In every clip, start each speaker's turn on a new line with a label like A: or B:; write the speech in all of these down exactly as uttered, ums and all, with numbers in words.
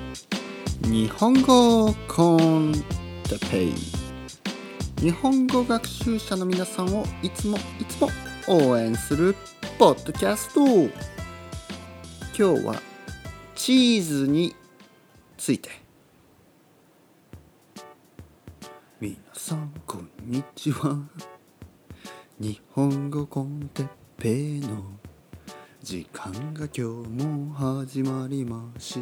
A: 日本語コンテペイ。日本語学習者の皆さんをいつもいつも応援するポッドキャスト。今日はチーズについて。皆さんこんにちは。日本語コンテペイの時間が今日も始まりました。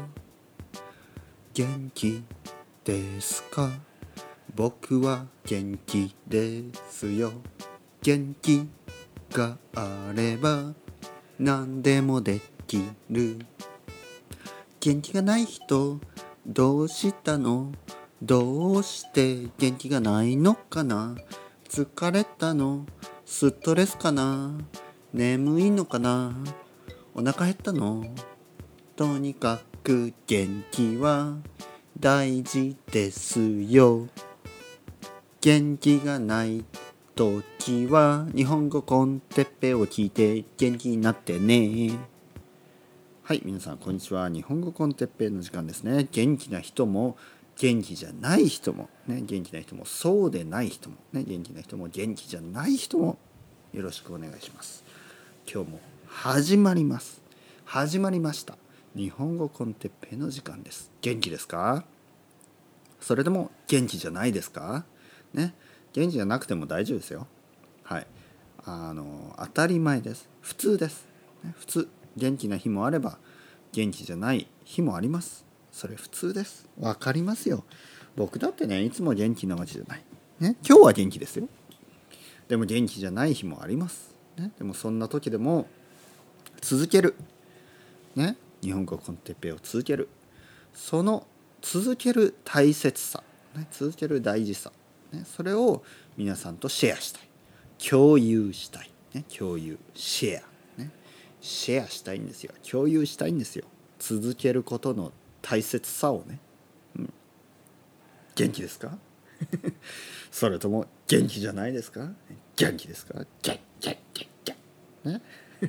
A: 元気ですか？僕は元気ですよ。元気があれば何でもできる。元気がない人、どうしたの？どうして元気がないのかな？疲れたの？ストレスかな？眠いのかな？お腹減ったの？とにかく元気は大事ですよ。元気がない時は日本語コンテッペを聞いて元気になってね。はい、皆さんこんにちは。日本語コンテッペの時間ですね。元気な人も元気じゃない人も、ね、元気な人もそうでない人も、ね、元気な人も元気じゃない人もよろしくお願いします。今日も始まります。始まりました。日本語コンテッペの時間です。元気ですか？それでも元気じゃないですか？ね、元気じゃなくても大丈夫ですよ。はい、あの当たり前です。普通です、ね、普通。元気な日もあれば元気じゃない日もあります。それ普通です。わかりますよ。僕だってね、いつも元気なわけじゃない、ね、今日は元気ですよ。でも元気じゃない日もあります、ね、でもそんな時でも続ける、ね、日本語コンテッペを続ける。その続ける大切さ、ね、続ける大事さ、ね、それを皆さんとシェアしたい。共有したい、ね、共有、シェア、ね、シェアしたいんですよ。共有したいんですよ。続けることの大切さをね、うん、元気ですか？それとも元気じゃないですか？元気ですか？元気元気元気ね。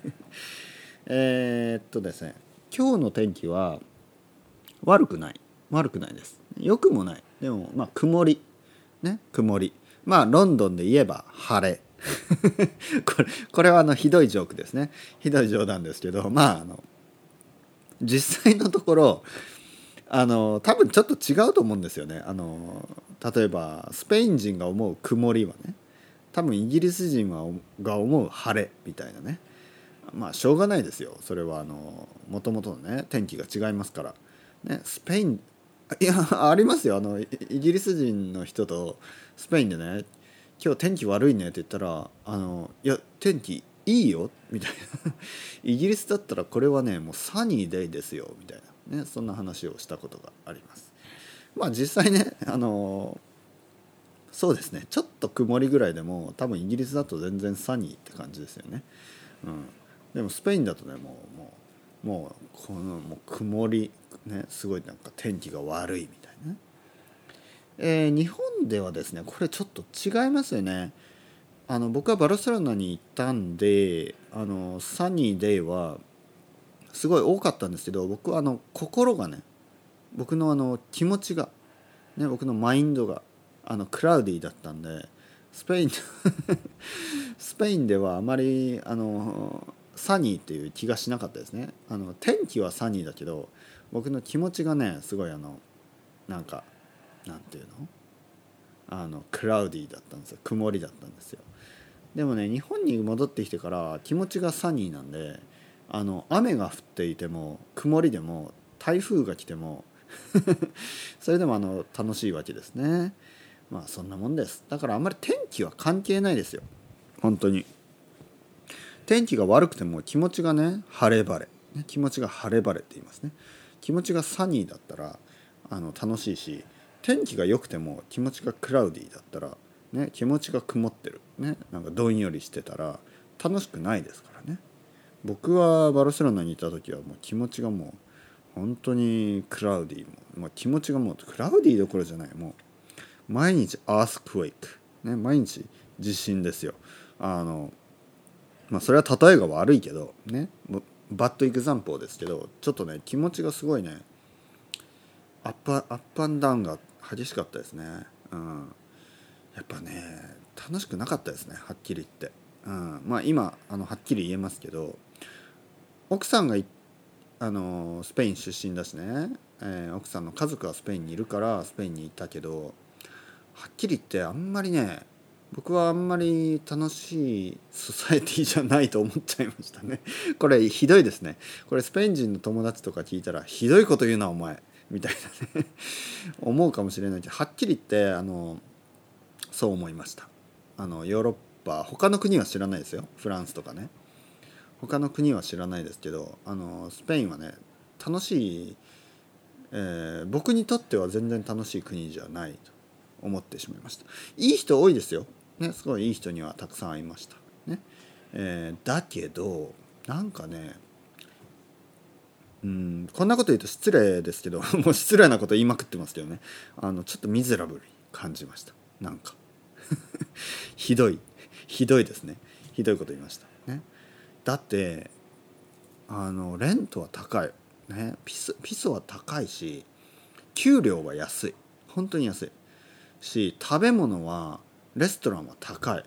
A: えーっとですね今日の天気は悪くない悪くないです。良くもない。でもまあ曇りね、曇り。まあロンドンで言えば晴れ。これこれはあのひどいジョークですね。ひどい冗談ですけど、まああの実際のところあの多分ちょっと違うと思うんですよね。あの例えばスペイン人が思う曇りはね、多分イギリス人はが思う晴れみたいなね。まあしょうがないですよ。それはあの元々のね天気が違いますからね。スペインいやありますよ。あのイギリス人の人とスペインでね、今日天気悪いねって言ったら、あのいや天気いいよみたいな。イギリスだったらこれはねもうサニーデイですよみたいなね、そんな話をしたことがあります。まあ実際ね、あのそうですね、ちょっと曇りぐらいでも多分イギリスだと全然サニーって感じですよね。うん、でもスペインだとねもうもうもうこのもう曇りね、すごいなんか天気が悪いみたいなね。えー、日本ではですねこれちょっと違いますよね。あの僕はバルセロナに行ったんで、あのサニーデイはすごい多かったんですけど、僕はあの心がね、僕のあの気持ちがね、僕のマインドがあのクラウディだったんで、スペインスペインではあまりあのサニーっていう気がしなかったですね。あの天気はサニーだけど僕の気持ちがねすごいあのなんかなんていうのあのクラウディだったんですよ。曇りだったんですよ。でもね日本に戻ってきてから気持ちがサニーなんで、あの雨が降っていても曇りでも台風が来てもそれでもあの楽しいわけですね。まあそんなもんです。だからあんまり天気は関係ないですよ。本当に天気が悪くても気持ちがね晴れ晴れ、ね、気持ちが晴れ晴れって言いますね。気持ちがサニーだったらあの楽しいし、天気が良くても気持ちがクラウディだったら、ね、気持ちが曇ってる、ね、なんかどんよりしてたら楽しくないですからね。僕はバルセロナにいた時はもう気持ちがもう本当にクラウディも、まあ、気持ちがもうクラウディどころじゃない、もう毎日アースクエイク、ね、毎日地震ですよ。あのまあそれは例えが悪いけどね、バッドエグザンプルですけど、ちょっとね気持ちがすごいねアップアップアンダウンが激しかったですね。うん、やっぱね楽しくなかったですね、はっきり言って。うん、まあ今あのはっきり言えますけど、奥さんがあのスペイン出身だしね、えー奥さんの家族はスペインにいるからスペインにいたけど、はっきり言ってあんまりね、僕はあんまり楽しいソサエティじゃないと思っちゃいましたね。これひどいですね。これスペイン人の友達とか聞いたらひどいこと言うなお前みたいなね思うかもしれないけど、はっきり言ってあのそう思いました。あのヨーロッパ他の国は知らないですよ、フランスとかね。他の国は知らないですけど、あのスペインはね楽しい、えー僕にとっては全然楽しい国じゃないと思ってしまいました。いい人多いですよ、ね、すごいいい人にはたくさん会いましたね。えーだけどなんかね、うんこんなこと言うと失礼ですけどもう失礼なこと言いまくってますけどね、あのちょっとミゼラブルに感じました。なんかひどいひどいですね。ひどいこと言いましたね。だってあのレントは高い、ね、ピスピソは高いし、給料は安い、本当に安いし、食べ物はレストランは高い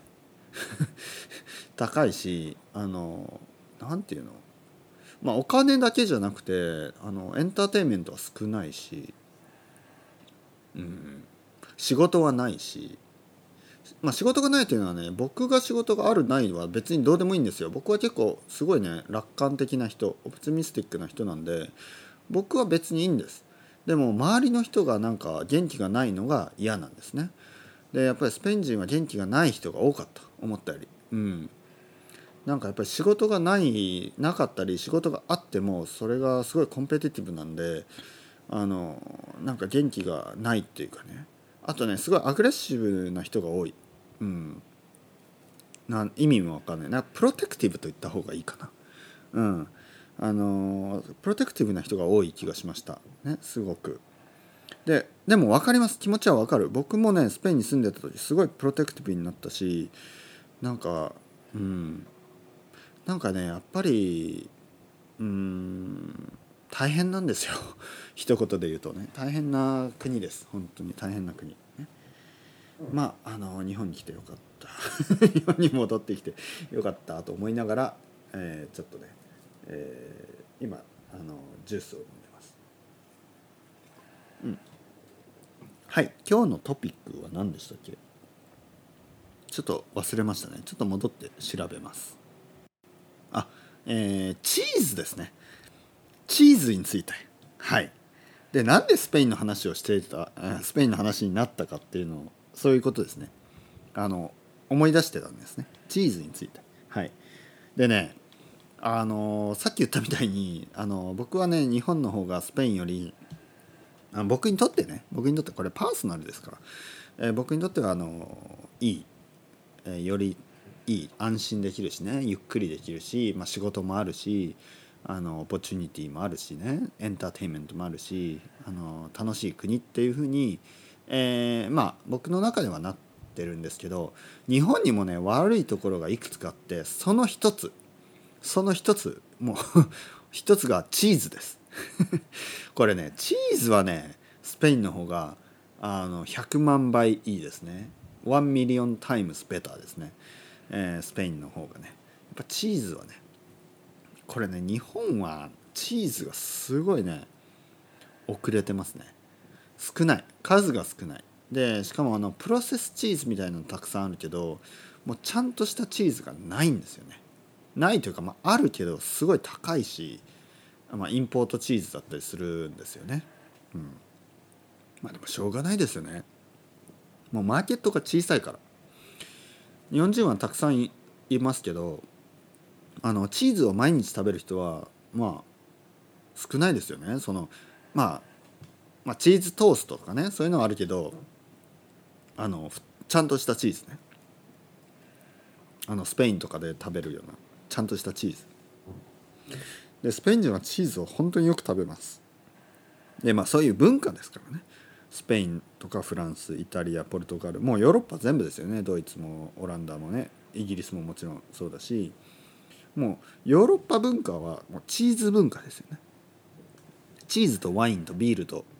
A: 高いし、あのなんていうの、まあお金だけじゃなくてあのエンターテインメントは少ないし、うん、仕事はないし、まあ仕事がないというのはね、僕が仕事があるないは別にどうでもいいんですよ。僕は結構すごいね楽観的な人、オプティミスティックな人なんで、僕は別にいいんです。でも周りの人がなんか元気がないのが嫌なんですね。でやっぱりスペイン人は元気がない人が多かった、思ったより。うん、なんかやっぱり仕事がないなかったり、仕事があってもそれがすごいコンペティティブなんで、あのなんか元気がないっていうかね。あとねすごいアグレッシブな人が多い。うん、な意味もわかんないな。プロテクティブと言った方がいいかな。うん、あのプロテクティブな人が多い気がしましたね、すごく。ででも分かります、気持ちは分かる。僕もねスペインに住んでた時すごいプロテクティブになったし、なんかうんなんかねやっぱりうん大変なんですよ一言で言うとね、大変な国です。本当に大変な国、ね、まああの日本に来てよかった日本に戻ってきてよかったと思いながら、えーちょっとね、えー今あのジュースを飲んでます。うんはい、今日のトピックは何でしたっけ。ちょっと忘れましたね。ちょっと戻って調べます。あ、えーチーズですね。チーズについて。はい。で、なんでスペインの話をしていた、スペインの話になったかっていうのを、そういうことですね。あの、思い出してたんですね。チーズについて。はい。でね、あのさっき言ったみたいに、あの僕はね、日本の方がスペインより、あ僕にとってね、僕にとってこれパーソナルですから、えー僕にとってはあのいい、えーよりいい、安心できるしね、ゆっくりできるし、まあ、仕事もあるし、あのオポチュニティもあるしね、エンターテインメントもあるし、あの楽しい国っていうふうに、えーまあ僕の中ではなってるんですけど、日本にもね悪いところがいくつかあって、その一つその一つもう一つがチーズですこれね、チーズはねスペインの方があのひゃくまんばいいいですね。ワンミリオンタイムスベターですね、えースペインの方がね。やっぱチーズはね、これね、日本はチーズがすごいね遅れてますね。少ない、数が少ないで、しかもあのプロセスチーズみたいなのたくさんあるけど、もうちゃんとしたチーズがないんですよね。ないというか、まあ、あるけどすごい高いし、まあ、インポートチーズだったりするんですよね。うん、まあでもしょうがないですよね。もうマーケットが小さいから。日本人はたくさん い, いますけど、あのチーズを毎日食べる人はまあ少ないですよね。そのまあ、まあ、チーズトーストとかね、そういうのはあるけど、あのちゃんとしたチーズね、あのスペインとかで食べるようなちゃんとしたチーズで、スペイン人はチーズを本当によく食べます。でまあそういう文化ですからね。スペインとかフランス、イタリア、ポルトガル、もうヨーロッパ全部ですよね。ドイツもオランダもね、イギリスももちろんそうだし、もうヨーロッパ文化はもうチーズ文化ですよね。チーズとワインとビールと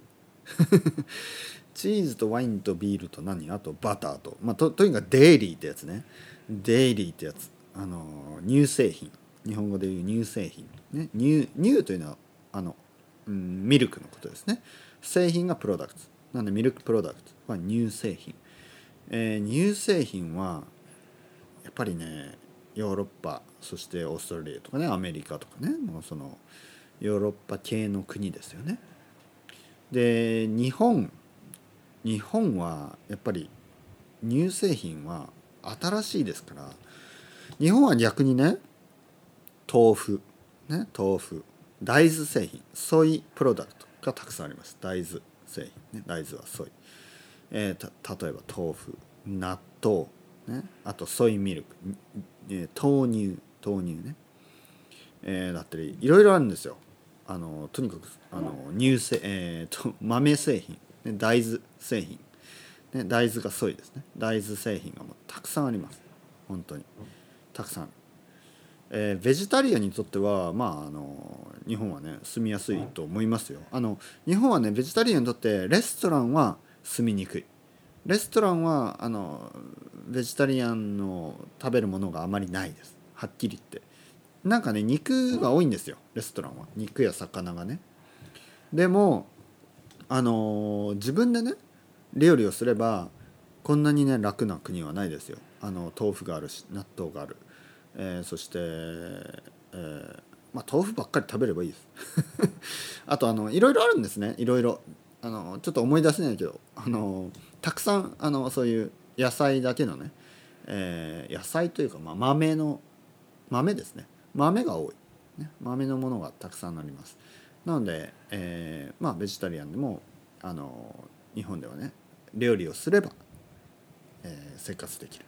A: チーズとワインとビールと何、あとバターと、まあ、と, とにかくデイリーってやつね。デイリーってやつ、あの乳製品、日本語でいう乳製品、ね、乳, 乳というのはあの、うん、ミルクのことですね。製品がプロダクツなんで、ミルクプロダクツは乳製品、えー、乳製品はやっぱりね、ヨーロッパ、そしてオーストラリアとかね、アメリカとかね、もうそのヨーロッパ系の国ですよね。で日本日本はやっぱり乳製品は新しいですから、日本は逆にね、豆腐ね、豆腐、大豆製品、ソイプロダクトがたくさんあります。大豆製品ね、大豆はソイ、えー、た例えば豆腐、納豆ね、あとソイミルク、えー、豆乳豆乳ね、えー、だったりいろいろあるんですよ。あのとにかくあの乳製、えー、と豆製品、ね、大豆製品、ね、大豆がソイですね。大豆製品がもうたくさんあります。本当にたくさんある。えー、ベジタリアンにとっては、まあ、あの日本はね住みやすいと思いますよ。あの日本はね、ベジタリアンにとってレストランは住みにくい。レストランはあのベジタリアンの食べるものがあまりないです、はっきり言って。なんかね、肉が多いんですよ、レストランは。肉や魚がね。でもあの自分でね料理をすればこんなにね楽な国はないですよ。あの豆腐があるし、納豆がある、えー、そして、えーまあ、豆腐ばっかり食べればいいですあとあのいろいろあるんですね。いろいろあのちょっと思い出せないけど、あのたくさんあのそういう野菜だけのね、えー野菜というか、まあ、豆の豆ですね。豆が多い、ね、豆のものがたくさんあります。なので、えーまあ、ベジタリアンでもあの日本ではね料理をすれば、えー生活できる。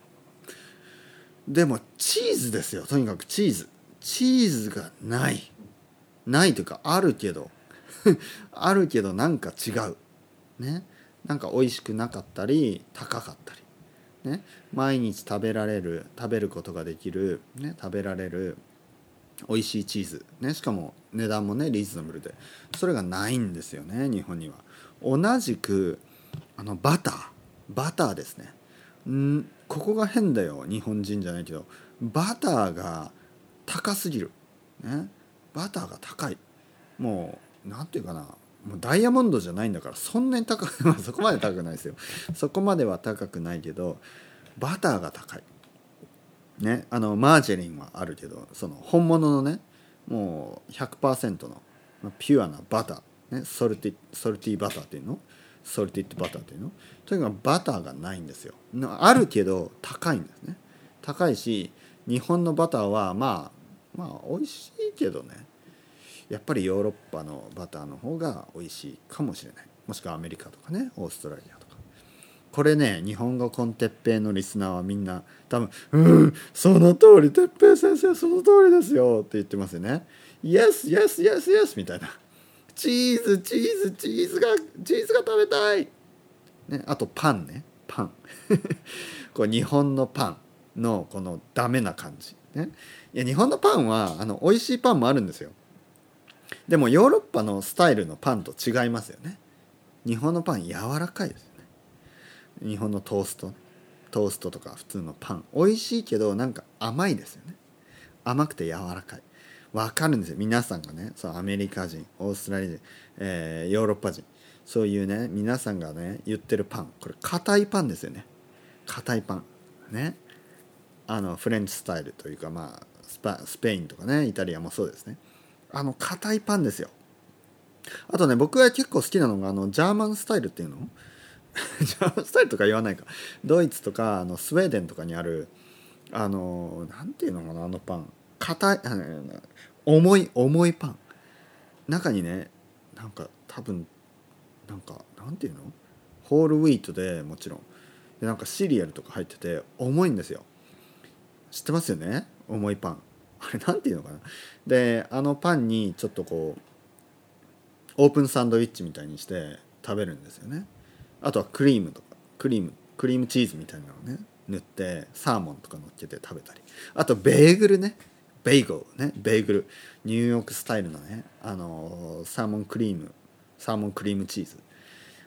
A: でもチーズですよ。とにかくチーズチーズがないないというか、あるけどあるけどなんか違うね。なんか美味しくなかったり高かったりね。毎日食べられる食べることができる、ね、食べられる美味しいチーズ、ね、しかも値段もねリーズナブルで、それがないんですよね、日本には。同じくあのバターバターですね。んここが変だよ、日本人じゃないけど、バターが高すぎる、ね、バターが高い。もうなんていうかな、もうダイヤモンドじゃないんだから、そんなに高くまあそこまで高くないですよ。そこまでは高くないけどバターが高いね。あのマージャリンはあるけど、その本物のね、もう ひゃくパーセント のピュアなバター、ね、ソルティソルティバターっていうの、ソルティッドバターっていうの、とにかくバターがないんですよ。あるけど高いんですね。高いし、日本のバターはまあまあ美味しいけどね、やっぱりヨーロッパのバターの方が美味しいかもしれない。もしくはアメリカとかね、オーストラリアとか。これね、日本語コンテッペイのリスナーはみんな多分「うんその通り、てっぺい先生その通りですよ」って言ってますよね。イエスイエスイエスイエスみたいな。チーズチーズチーズがチーズが食べたい、ね、あとパンね、パンこれ日本のパンのこのダメな感じ、ね、いや日本のパンはあの美味しいパンもあるんですよ。でもヨーロッパのスタイルのパンと違いますよね。日本のパン柔らかいですよね。日本のトーストトーストとか普通のパン美味しいけどなんか甘いですよね。甘くて柔らかい。わかるんですよ、皆さんがね。そうアメリカ人、オーストラリア人、えー、ヨーロッパ人、そういうね皆さんがね言ってるパン、これ硬いパンですよね。硬いパンね。あのフレンチスタイルというか、まあスパスペインとかねイタリアもそうですね。あの硬いパンですよ。あとね、僕が結構好きなのがあのジャーマンスタイルっていうのジャーマンスタイルとか言わないか、ドイツとかあのスウェーデンとかにあるあのなんていうのかな、あのパン、硬い、あの重い重いパン、中にねなんか多分なんかなんていうの、ホールウィートでもちろんで、なんかシリアルとか入ってて重いんですよ。知ってますよね、重いパン。あれなんていうのかな。であのパンにちょっとこうオープンサンドイッチみたいにして食べるんですよね。あとはクリームとかクリームクリームチーズみたいなのをね塗ってサーモンとか乗っけて食べたり、あとベーグルね、ベーグルね、ベーグルニューヨークスタイルのね、あのーサーモンクリームサーモンクリームチーズ、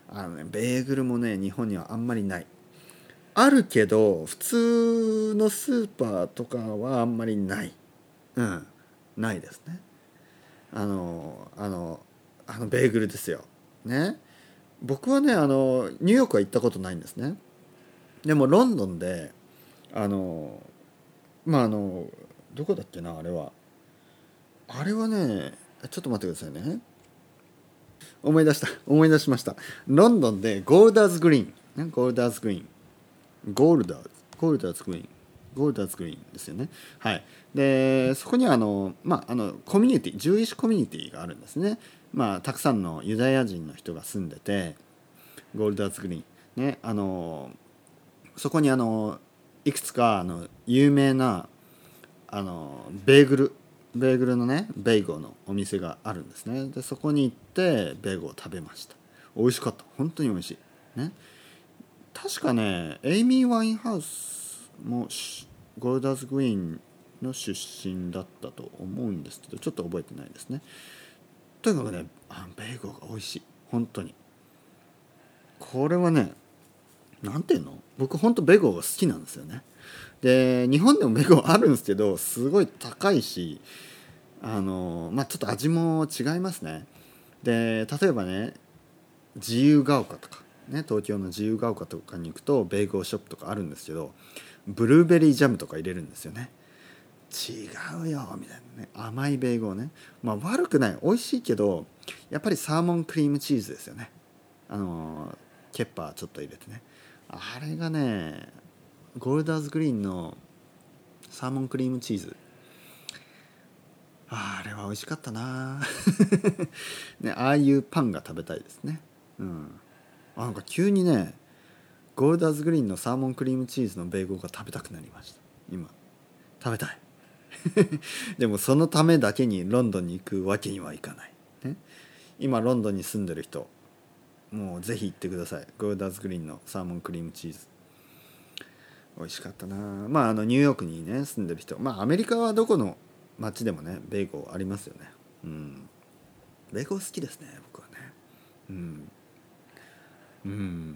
A: あのねベーグルもね日本にはあんまりない。あるけど普通のスーパーとかはあんまりない。うんないですね。あのあのあのベーグルですよね。僕はねあのニューヨークは行ったことないんですね。でもロンドンであのまああのどこだっけなあれはあれはねちょっと待ってくださいね。思い出した思い出しました。ロンドンでゴールダーズグリーン、ね、ゴールダーズグリーンゴールダーズゴールダーズグリーンゴールダーズグリーンですよね。はい。でそこにはあのまああのコミュニティジューイッシュコミュニティがあるんですね。まあたくさんのユダヤ人の人が住んでてゴールダーズグリーンねあのそこにあのいくつかあの有名なあのベーグルベーグルのねベーゴーのお店があるんですね。でそこに行ってベーゴーを食べました。美味しかった。本当に美味しいね。確かねエイミー・ワインハウスもゴールダーズグリーンの出身だったと思うんですけどちょっと覚えてないですね。とにかくねあベーゴーが美味しい。本当にこれはねなんていうの僕本当ベーゴーが好きなんですよね。で日本でもベーゴーあるんですけどすごい高いしあのまあちょっと味も違いますね。で例えばね自由が丘とかね東京の自由が丘とかに行くとベーゴーショップとかあるんですけどブルーベリージャムとか入れるんですよね。違うよみたいなね甘いベーゴーね。まあ悪くない美味しいけどやっぱりサーモンクリームチーズですよね。あのケッパーちょっと入れてねあれがねゴールダーズグリーンのサーモンクリームチーズあれは美味しかったな、ね、ああいうパンが食べたいですね。うんあなんか急にねゴールダーズグリーンのサーモンクリームチーズのベーゴーが食べたくなりました。今食べたいでもそのためだけにロンドンに行くわけにはいかない、ね、今ロンドンに住んでる人もうぜひ行ってください。ゴールダーズグリーンのサーモンクリームチーズ美味しかったな。まああのニューヨークにね住んでる人まあアメリカはどこの街でもねベーゴーありますよね。うんベーゴー好きですね僕はね。うんうん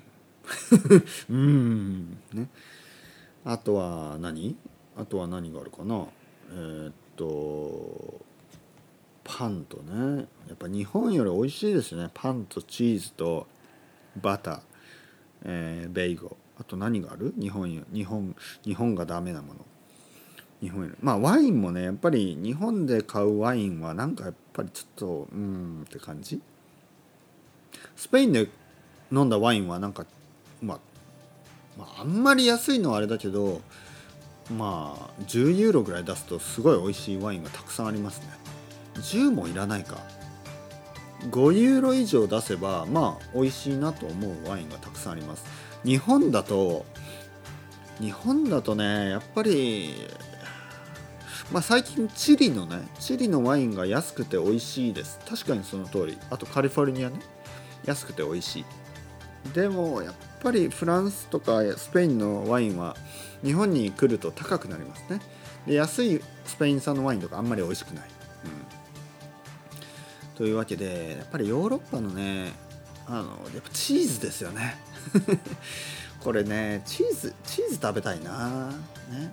A: うんね。あとは何あとは何があるかな。えーっとパンとねやっぱ日本より美味しいですね。パンとチーズとバター、えー、ベーゴーあと何がある日本よ日本日本がダメなもの日本よりまあワインもねやっぱり日本で買うワインはなんかやっぱりちょっとうーんって感じ。スペインで飲んだワインはなんか、まあ、まああんまり安いのはあれだけどまあじゅうユーロぐらい出すとすごい美味しいワインがたくさんありますね。じゅうもいらないかごユーロ以上出せばまあ美味しいなと思うワインがたくさんあります。日本だと日本だとねやっぱりまあ最近チリのねチリのワインが安くて美味しいです。確かにその通り。あとカリフォルニアね安くて美味しい。でもやっぱりフランスとかスペインのワインは日本に来ると高くなりますね。で安いスペイン産のワインとかあんまり美味しくない、うん、というわけでやっぱりヨーロッパのねあのやっぱチーズですよねこれねチーズチーズ食べたいなね。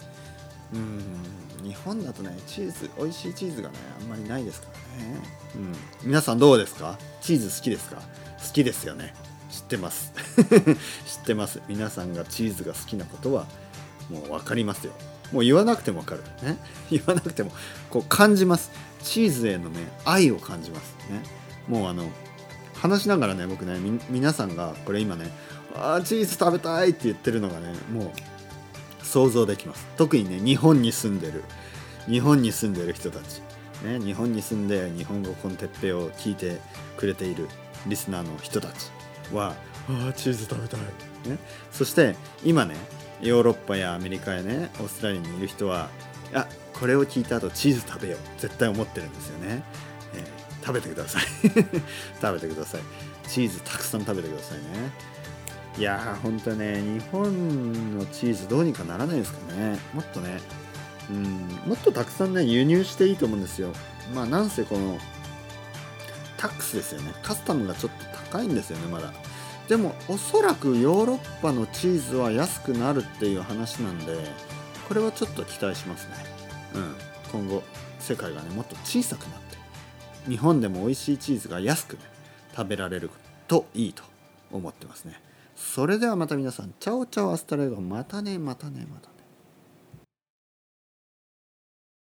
A: うん日本だとねチーズ美味しいチーズがねあんまりないですからね、うん、皆さんどうですか。チーズ好きですか。好きですよね。知ってます知ってます。皆さんがチーズが好きなことはもう分かりますよ。もう言わなくても分かるね。言わなくてもこう感じます。チーズへのね愛を感じますね。もうあの話しながらね僕ねみ皆さんがこれ今ねあーチーズ食べたいって言ってるのがねもう想像できます。特にね日本に住んでる日本に住んでる人たち、ね、日本に住んで日本語コンテッペを聞いてくれているリスナーの人たちはあーチーズ食べたい、ね、そして今ねヨーロッパやアメリカやねオーストラリアにいる人はあこれを聞いた後チーズ食べよう絶対思ってるんですよね、えー、食べてください食べてください。チーズたくさん食べてくださいね。いやーほんとね日本のチーズどうにかならないですかね。もっとねうんもっとたくさんね輸入していいと思うんですよ。まあなんせこのタックスですよね。カスタムがちょっと高いんですよねまだ。でもおそらくヨーロッパのチーズは安くなるっていう話なんで、これはちょっと期待しますね。うん、今後世界がねもっと小さくなって日本でも美味しいチーズが安くね食べられるといいと思ってますね。それではまた皆さん、チャオチャオアスタレゴ、またねまたねまたね。